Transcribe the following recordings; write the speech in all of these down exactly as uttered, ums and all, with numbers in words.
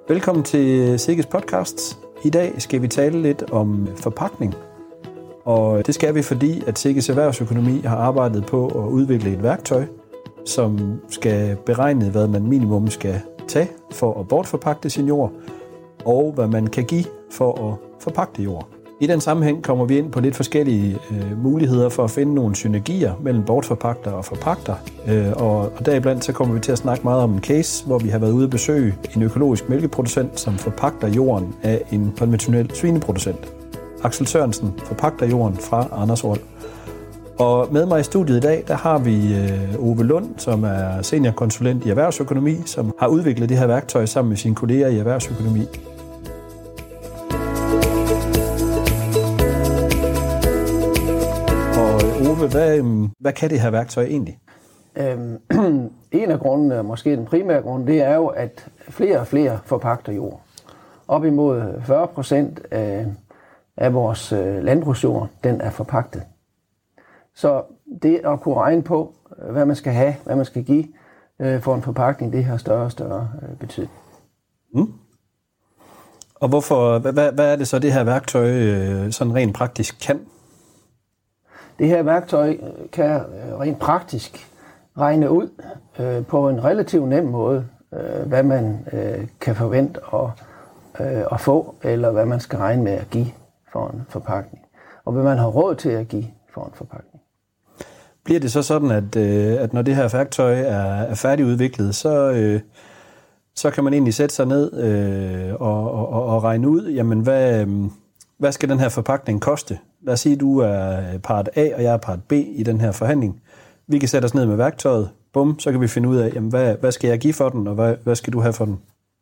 Velkommen til Sikkes podcast. I dag skal vi tale lidt om forpagtning. Og det skal vi, fordi at Sikkes Erhvervsøkonomi har arbejdet på at udvikle et værktøj, som skal beregne, hvad man minimum skal tage for at bortforpagte sin jord, og hvad man kan give for at forpagte jord. I den sammenhæng kommer vi ind på lidt forskellige øh, muligheder for at finde nogle synergier mellem bortforpagter og forpagter. Øh, og, og deriblandt så kommer vi til at snakke meget om en case, hvor vi har været ude at besøge en økologisk mælkeproducent, som forpagter jorden af en konventionel svineproducent. Axel Sørensen forpagter jorden fra Anders Rold. Og med mig i studiet i dag, der har vi øh, Ove Lund, som er seniorkonsulent i erhvervsøkonomi, som har udviklet det her værktøj sammen med sine kolleger i erhvervsøkonomi. Ove, hvad, hvad kan det her værktøj egentlig? Øhm, en af grundene, måske den primære grund, det er jo, at flere og flere forpagter jord. Op imod fyrre procent af, af vores landbrugsjord, den er forpagtet. Så det at kunne regne på, hvad man skal have, hvad man skal give øh, for en forpagtning, det har større og større øh, betydning. Mm. Og hvorfor, hvad, hvad er det så, det her værktøj øh, sådan rent praktisk kan? Det her værktøj kan rent praktisk regne ud øh, på en relativt nem måde, øh, hvad man øh, kan forvente at, øh, at få, eller hvad man skal regne med at give for en forpagtning, og hvad man har råd til at give for en forpagtning. Bliver det så sådan, at, øh, at når det her værktøj er, er færdigudviklet, så, øh, så kan man egentlig sætte sig ned øh, og, og, og regne ud, jamen hvad... Øh, Hvad skal den her forpagtning koste? Lad os sige, at du er part A, og jeg er part B i den her forhandling. Vi kan sætte os ned med værktøjet. Bum, så kan vi finde ud af, jamen, hvad, hvad skal jeg give for den, og hvad, hvad skal du have for den?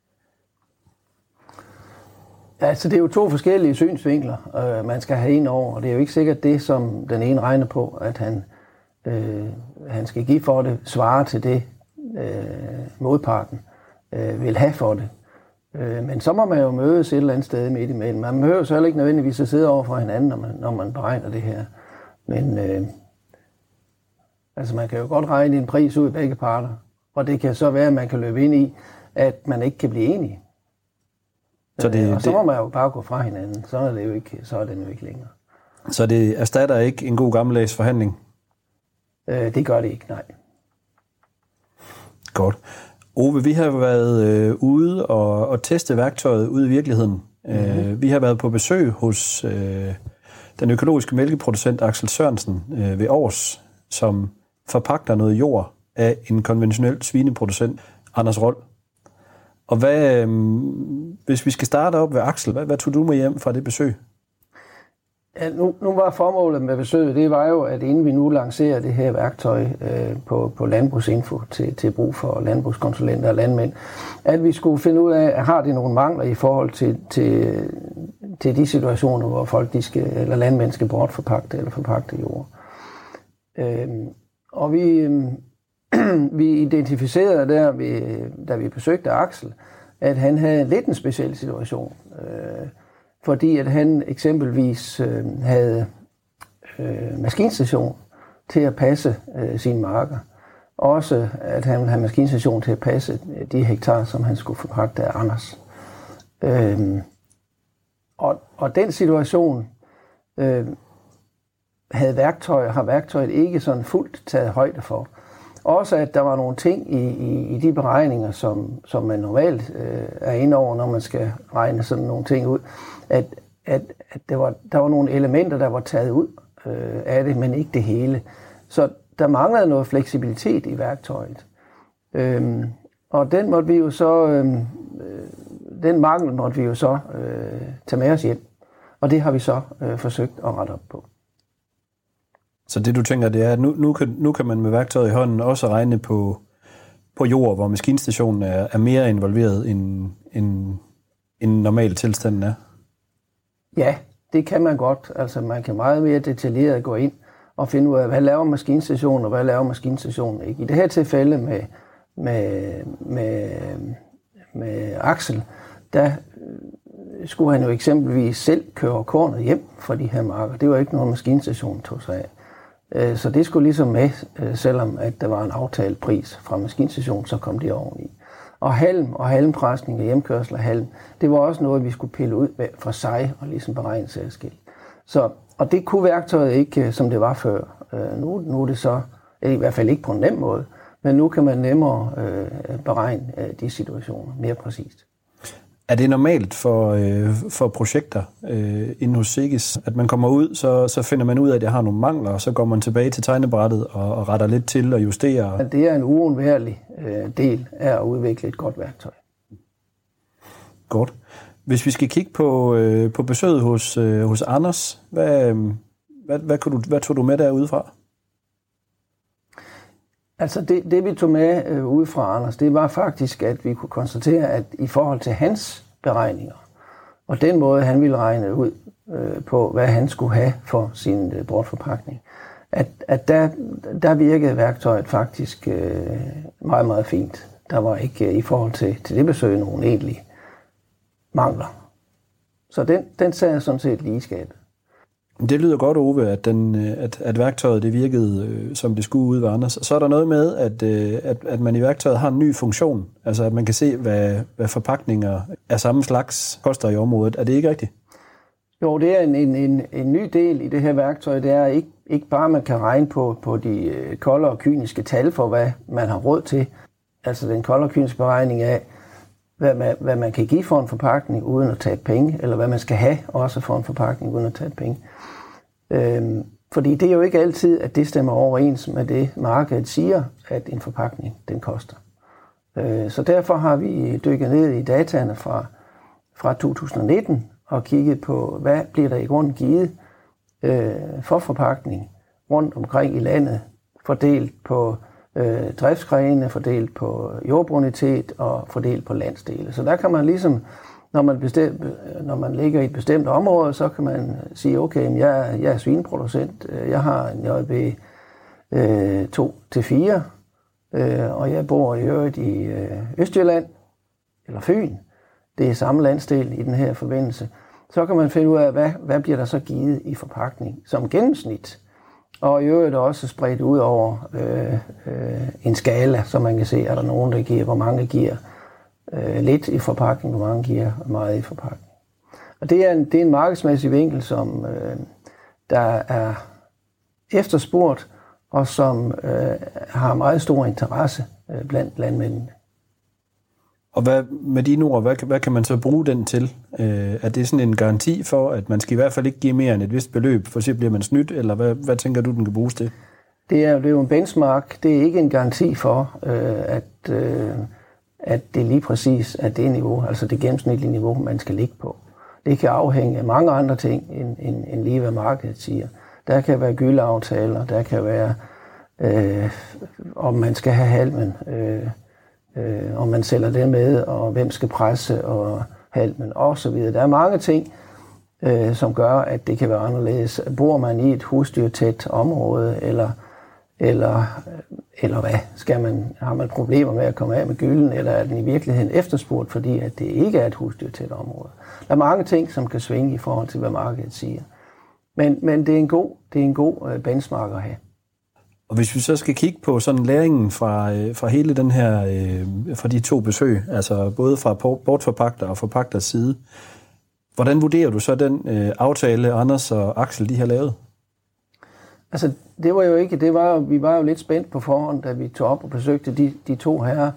Ja, altså det er jo to forskellige synsvinkler, øh, man skal have en over. Og det er jo ikke sikkert det, som den ene regner på, at han, øh, han skal give for det, svarer til det, øh, modparten øh, vil have for det. Men så må man jo mødes et eller andet sted midt imellem. Man behøver så heller ikke nødvendigvis at sidde over for hinanden, når man, når man beregner det her. Men øh, altså man kan jo godt regne en pris ud i begge parter. Og det kan så være, at man kan løbe ind i, at man ikke kan blive enige. Så det, og så må man jo bare gå fra hinanden. Så er det jo ikke, så er det jo ikke længere. Så det erstatter ikke en god gammeldags forhandling? Øh, det gør det ikke, nej. Godt. Ove, vi har været øh, ude og, og teste værktøjet ude i virkeligheden. Mm-hmm. Øh, vi har været på besøg hos øh, den økologiske mælkeproducent Axel Sørensen øh, ved Aars, som forpagter noget jord af en konventionel svineproducent, Anders Rold. Og hvad, øh, hvis vi skal starte op ved Axel, hvad, hvad tog du med hjem fra det besøg? Ja, nu, nu var formålet med besøget, det var jo, at inden vi nu lancerer det her værktøj øh, på, på Landbrugsinfo til, til brug for landbrugskonsulenter og landmænd, at vi skulle finde ud af, har det nogle mangler i forhold til, til, til de situationer, hvor folk de skal, eller landmænd skal bortforpagte eller forpagte jord. Øh, og vi, øh, vi identificerede der, vi, da vi besøgte Axel, at han havde lidt en speciel situation. Øh, Fordi at han eksempelvis øh, havde øh, maskinstation til at passe øh, sine marker. Også at han ville have maskinstation til at passe de hektar, som han skulle forpagte af Anders. Øh, og, og den situation øh, havde værktøj, har værktøjet ikke sådan fuldt taget højde for. Også at der var nogle ting i, i, i de beregninger, som, som man normalt øh, er inde over, når man skal regne sådan nogle ting ud, at, at, at der, var, der var nogle elementer, der var taget ud øh, af det, men ikke det hele. Så der manglede noget fleksibilitet i værktøjet. Øhm, og den måtte vi jo så, øh, den mangel måtte vi jo så øh, tage med os hjem. Og det har vi så øh, forsøgt at rette op på. Så det du tænker, det er, at nu, nu, kan, nu kan man med værktøjet i hånden også regne på, på jord, hvor maskinstationen er, er mere involveret, end, end, end normal tilstanden er? Ja, det kan man godt. Altså man kan meget mere detaljeret gå ind og finde ud af, hvad laver maskinstationen, og hvad laver maskinstationen ikke. I det her tilfælde med, med, med, med Axel, der skulle han jo eksempelvis selv køre kornet hjem fra de her marker. Det var ikke noget, maskinstationen tog sig af. Så det skulle ligesom med, selvom at der var en aftalt pris fra maskinstationen, så kom de oveni. Og halm og halmpresning og hjemkørsel af halm, det var også noget, vi skulle pille ud fra sig og ligesom beregne særskilt. Så, og det kunne værktøjet ikke, som det var før. Øh, nu, nu er det så, i hvert fald ikke på en nem måde, men nu kan man nemmere øh, beregne øh, de situationer mere præcist. Er det normalt for, øh, for projekter øh, inde hos SEGES, at man kommer ud, så, så finder man ud af, at jeg har nogle mangler, og så går man tilbage til tegnebrættet og, og retter lidt til og justerer? Det er en uundværlig øh, del af at udvikle et godt værktøj. Godt. Hvis vi skal kigge på, øh, på besøget hos, øh, hos Anders, hvad, hvad, hvad, kunne du, hvad tog du med derudefra? Altså det, det vi tog med øh, ude fra Anders, det var faktisk, at vi kunne konstatere, at i forhold til hans beregninger, og den måde, han ville regne ud øh, på, hvad han skulle have for sin øh, bortforpakning, at, at der, der virkede værktøjet faktisk øh, meget, meget fint. Der var ikke øh, i forhold til, til det besøg nogen egentlige mangler. Så den, den sad sådan set lige i skabet. Det lyder godt, Ove, at, den, at, at værktøjet det virkede, øh, som det skulle ude ved Anders. Så er der noget med, at, øh, at, at man i værktøjet har en ny funktion. Altså, at man kan se, hvad, hvad forpakninger af samme slags koster i området. Er det ikke rigtigt? Jo, det er en, en, en, en ny del i det her værktøj. Det er ikke, ikke bare, at man kan regne på, på de kolde og kyniske tal for, hvad man har råd til. Altså den kolde og kyniske beregning af, hvad man, hvad man kan give for en forpakning uden at tabe penge, eller hvad man skal have også for en forpakning uden at tabe penge. Øhm, fordi det er jo ikke altid, at det stemmer overens med det, markedet siger, at en forpakning den koster. Øh, så derfor har vi dykket ned i dataene fra, fra to tusind nitten og kigget på, hvad bliver der i grunden givet øh, for forpakning rundt omkring i landet, fordelt på øh, driftsgrene, fordelt på jordbonitet og fordelt på landsdele. Så der kan man ligesom, når man, bestem, når man ligger i et bestemt område, så kan man sige, okay, jeg, jeg er svineproducent, jeg har en J B øh, to til fire, øh, og jeg bor i øvrigt i øh, Østjylland, eller Fyn. Det er samme landsdel i den her forbindelse. Så kan man finde ud af, hvad, hvad bliver der så givet i forpakning som gennemsnit. Og i øvrigt også spredt ud over øh, øh, en skala, så man kan se, er der nogen, der giver, hvor mange giver øh, lidt i forpakning, hvor mange giver meget i forpakning. Og det er en, det er en markedsmæssig vinkel, som øh, der er efterspurgt, og som øh, har meget stor interesse øh, blandt landmændene. Og hvad, med dine ord, hvad, hvad kan man så bruge den til? Øh, er det sådan en garanti for, at man skal i hvert fald ikke give mere end et vist beløb, for så bliver man snydt, eller hvad, hvad tænker du, den kan bruges til? Det er, det er jo en benchmark. Det er ikke en garanti for, øh, at, øh, at det lige præcis er det niveau, altså det gennemsnitlige niveau, man skal ligge på. Det kan afhænge af mange andre ting, end, end, end lige hvad markedet siger. Der kan være gyldeaftaler, der kan være, øh, om man skal have halmen, øh, Øh, om man sælger det med, og hvem skal presse og halmen og så videre. Der er mange ting, øh, som gør, at det kan være anderledes. Bor man i et husdyrtæt område, eller, eller, eller hvad? Skal man, har man problemer med at komme af med gylden, eller er den i virkeligheden efterspurgt, fordi at det ikke er et husdyrtæt område? Der er mange ting, som kan svinge i forhold til, hvad markedet siger. Men, men det er en god, det er en god benchmark at have. Og hvis vi så skal kigge på sådan læringen fra, fra hele den her, fra de to besøg, altså både fra bortforpagter og forpagters side, hvordan vurderer du så den aftale, Anders og Axel, de har lavet? Altså, det var jo ikke, det var jo, vi var jo lidt spændt på forhånd, da vi tog op og besøgte de, de to herrer,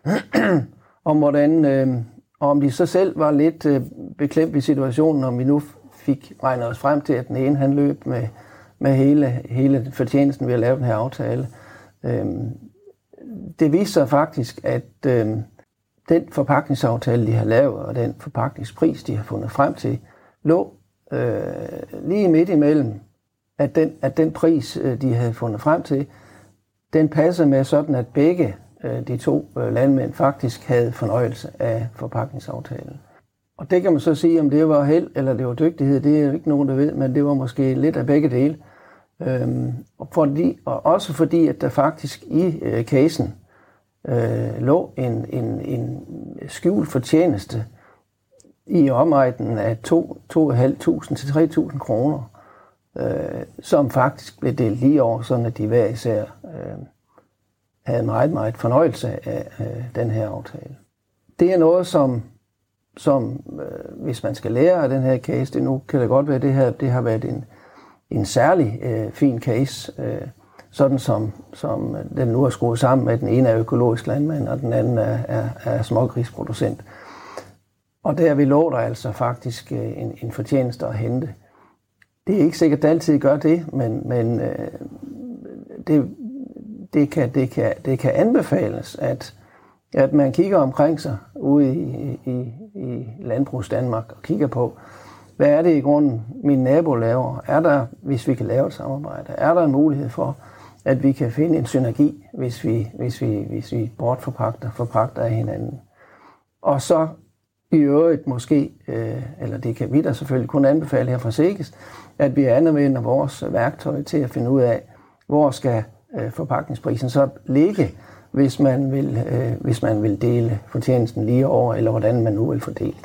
om hvordan, øh, og om de så selv var lidt øh, beklemt i situationen, om vi nu fik regnet os frem til, at den ene han løb med med hele, hele fortjenesten ved at lave den her aftale. Øhm, det viser sig faktisk, at øhm, den forpakningsaftale, de har lavet, og den forpakningspris, de har fundet frem til, lå øh, lige midt imellem, at den, at den pris, de havde fundet frem til, den passer med sådan, at begge øh, de to øh, landmænd faktisk havde fornøjelse af forpakningsaftalen. Og det kan man så sige, om det var held eller det var dygtighed, det er jo ikke nogen, der ved, men det var måske lidt af begge dele. Øhm, og, fordi, og også fordi, at der faktisk i øh, casen øh, lå en, en, en skjult fortjeneste i omegnen af to tusind fem hundrede til tre tusind kroner, øh, som faktisk blev delt lige over, sådan at de hver især øh, havde meget, meget fornøjelse af øh, den her aftale. det er noget, som, som øh, hvis man skal lære af den her case, det nu kan det godt være, at det, her, det har været en, en særlig øh, fin case, øh, sådan som, som den nu er skruet sammen med, den ene er økologisk landmand, og den anden er, er, er smågrisproducent. Og der vi lå der altså faktisk en, en fortjeneste at hente. Det er ikke sikkert, at det altid gør det, men, men øh, det, det, kan, det, kan, det kan anbefales, at, at man kigger omkring sig ude i, i, i landbrugs Danmark og kigger på, hvad er det i grunden, min nabo laver? Er der, hvis vi kan lave et samarbejde, er der en mulighed for, at vi kan finde en synergi, hvis vi, hvis vi, hvis vi bortforpagter, forpagter af hinanden. Og så i øvrigt måske, øh, eller det kan vi da selvfølgelig kun anbefale her fra Seges, at vi anvender vores værktøj til at finde ud af, hvor skal øh, forpagtningsprisen så ligge, hvis man vil, øh, hvis man vil dele fortjenesten lige over, eller hvordan man nu vil fordele den.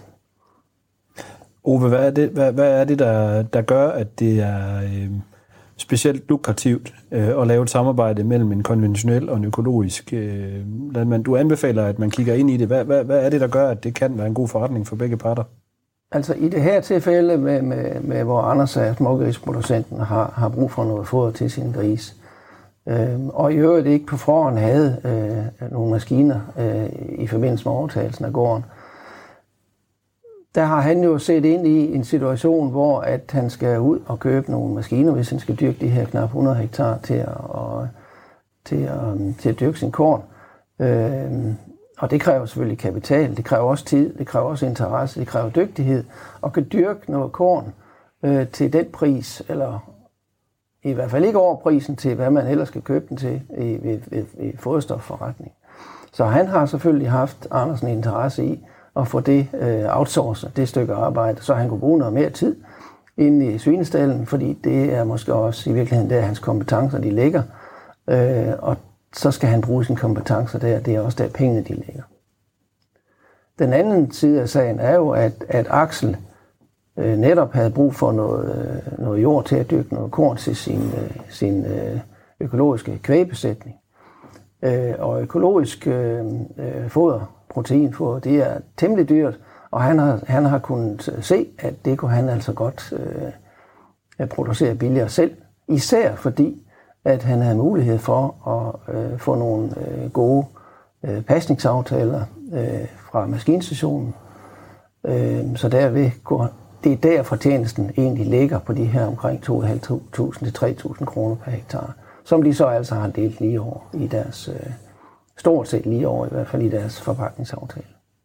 Ove, hvad er det, hvad, hvad er det der, der gør, at det er øh, specielt lukrativt øh, at lave et samarbejde mellem en konventionel og en økologisk øh, landmand? Du anbefaler, at man kigger ind i det. Hvad, hvad, hvad er det, der gør, at det kan være en god forretning for begge parter? Altså i det her tilfælde, med, med, med hvor Anders er smågrisproducenten, har, har brug for noget foder til sin gris, øh, og i øvrigt ikke på forhånd havde øh, nogle maskiner øh, i forbindelse med overtagelsen af gården, der har han jo set ind i en situation, hvor at han skal ud og købe nogle maskiner, hvis han skal dyrke de her knap hundrede hektar til at, og, til at, til at dyrke sin korn. Øh, og det kræver selvfølgelig kapital, det kræver også tid, det kræver også interesse, det kræver dygtighed. Og kan dyrke noget korn øh, til den pris, eller i hvert fald ikke over prisen til, hvad man ellers skal købe den til i, i, i, i foderstofforretning. Så han har selvfølgelig haft Andersen interesse i at få det øh, outsourcet, det stykke arbejde, så han kunne bruge noget mere tid inde i svinestallen, fordi det er måske også i virkeligheden der hans kompetencer, de ligger. Øh, og så skal han bruge sine kompetencer der, det er også der pengene, de ligger. Den anden side af sagen er jo, at, at Axel øh, netop havde brug for noget, øh, noget jord til at dyrke noget korn til sin, øh, sin øh, økologiske kvægbesætning. Øh, og økologisk øh, øh, foder, proteinfoder, det er temmelig dyrt, og han har, han har kunnet se, at det kunne han altså godt øh, producere billigere selv. Især fordi, at han havde mulighed for at øh, få nogle øh, gode øh, pasningsaftaler øh, fra maskinstationen. Øh, så derved går, det er der fortjenesten egentlig ligger på de her omkring to tusind fem hundrede til tre tusind kroner per hektar, som de så altså har delt lige over i deres, øh, stort set lige over i hvert fald i deres forpagtningsaftale.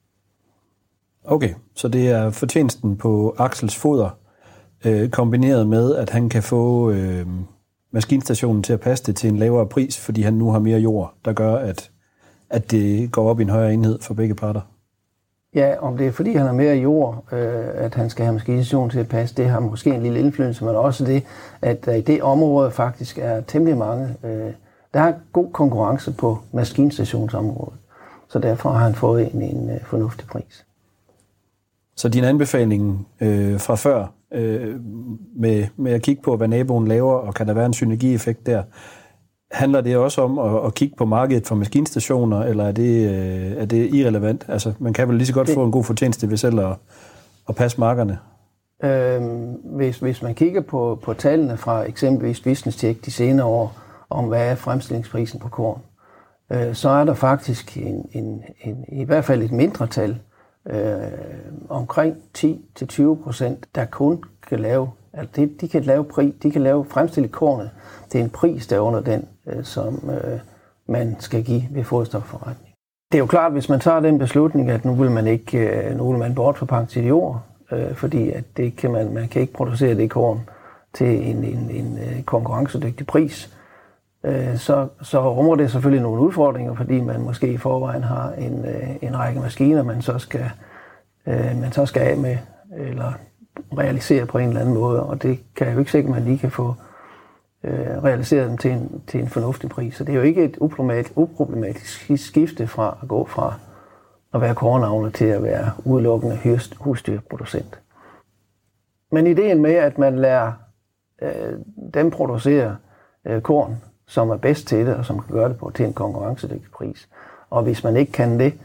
Okay, så det er fortjenesten på Axels foder, øh, kombineret med, at han kan få øh, maskinstationen til at passe det til en lavere pris, fordi han nu har mere jord, der gør, at, at det går op i en højere enhed for begge parter. Ja, om det er fordi han har mere jord, øh, at han skal have maskinstationen til at passe, det har måske en lille indflydelse, men også det, at der i det område faktisk er temmelig mange. Øh, der er god konkurrence på maskinstationsområdet, så derfor har han fået en, en uh, fornuftig pris. Så din anbefaling øh, fra før, øh, med, med at kigge på, hvad naboen laver, og kan der være en synergieffekt der, handler det også om at, at kigge på markedet for maskinstationer, eller er det, øh, er det irrelevant? Altså, man kan vel lige så godt det, få en god fortjeneste ved selv at, at passe markerne? Øhm, hvis, hvis man kigger på, på tallene fra eksempelvis Business Check de senere år, om hvad er fremstillingsprisen på korn, øh, så er der faktisk en, en, en, i hvert fald et mindre tal, øh, omkring ti til tyve procent, der kun kan lave, altså de, de kan lave pris, de kan lave fremstille kornet. Det er en pris, der er under den, øh, som øh, man skal give ved foderstofforretning. Det er jo klart, hvis man tager den beslutning, at nu vil man ikke, øh, nu vil man bortforpagte sit jord, øh, fordi at det kan man, man kan ikke producere det korn til en, en, en konkurrencedygtig pris, øh, så, så rummer det selvfølgelig nogle udfordringer, fordi man måske i forvejen har en, øh, en række maskiner, man så skal, øh, man så skal af med, eller realisere på en eller anden måde, og det kan jo ikke sikkert, at man lige kan få øh, realiseret dem til en, til en fornuftig pris. Så det er jo ikke et uproblematisk, uproblematisk skifte fra at gå fra at være kornavler til at være udelukkende husdyrproducent. Men ideen med, at man lærer øh, dem producere øh, korn, som er bedst til det, og som kan gøre det på til en konkurrencedygtig pris. Og hvis man ikke kan det,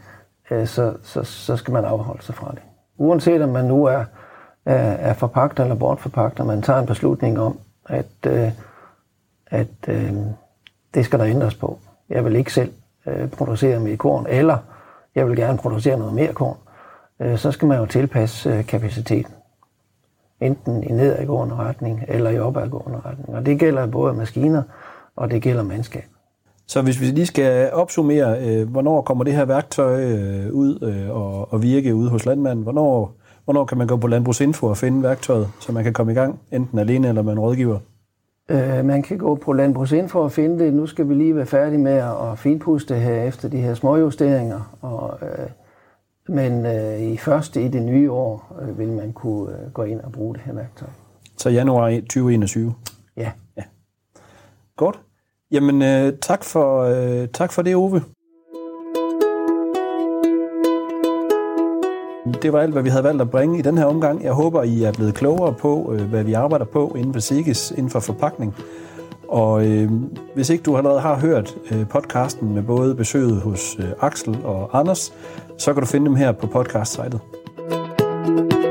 øh, så, så, så skal man afholde sig fra det. Uanset om man nu er, er, er forpagter eller bortforpagter, man tager en beslutning om, at, øh, at øh, det skal der ændres på. Jeg vil ikke selv øh, producere mere korn, eller jeg vil gerne producere noget mere korn. Øh, så skal man jo tilpasse øh, kapaciteten. Enten i nedadgående retning, eller i opadgående retning. Og det gælder både maskiner, og det gælder mandskab. Så hvis vi lige skal opsummere, øh, hvornår kommer det her værktøj øh, ud øh, og, og virke ude hos landmanden? Hvornår, hvornår kan man gå på Landbrugsinfo og finde værktøjet, så man kan komme i gang, enten alene eller med en rådgiver? Øh, man kan gå på Landbrugsinfo og finde det. Nu skal vi lige være færdige med at finpuste her efter de her småjusteringer. Og, øh, men øh, i første i det nye år øh, vil man kunne øh, gå ind og bruge det her værktøj. Så januar tyve enogtyve? Ja. Ja. Godt. Jamen, øh, tak, for, øh, tak for det, Ove. Det var alt, hvad vi havde valgt at bringe i den her omgang. Jeg håber, I er blevet klogere på, øh, hvad vi arbejder på inden for SIGGES, inden for forpakning. Og øh, hvis ikke du allerede har hørt øh, podcasten med både besøget hos øh, Axel og Anders, så kan du finde dem her på podcast-sitet.